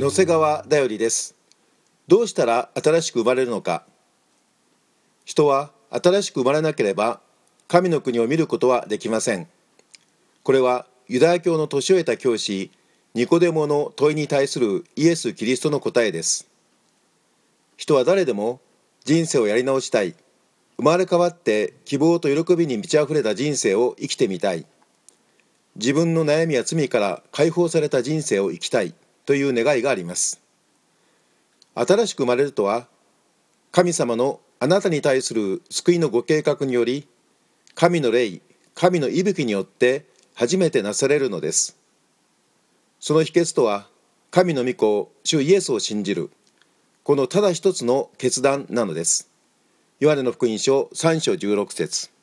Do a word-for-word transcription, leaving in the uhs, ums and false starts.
野瀬川だよりです。どうしたら新しく生まれるのか。人は新しく生まれなければ神の国を見ることはできません。これはユダヤ教の年老いた教師ニコデモの問いに対するイエス・キリストの答えです。人は誰でも人生をやり直したい、生まれ変わって希望と喜びに満ち溢れた人生を生きてみたい、自分の悩みや罪から解放された人生を生きたいという願いがあります。新しく生まれるとは、神様のあなたに対する救いのご計画により、神の霊、神の息吹によって初めてなされるのです。その秘訣とは、神の御子、主イエスを信じる、このただ一つの決断なのです。ヨハネの福音書さん章じゅうろく節。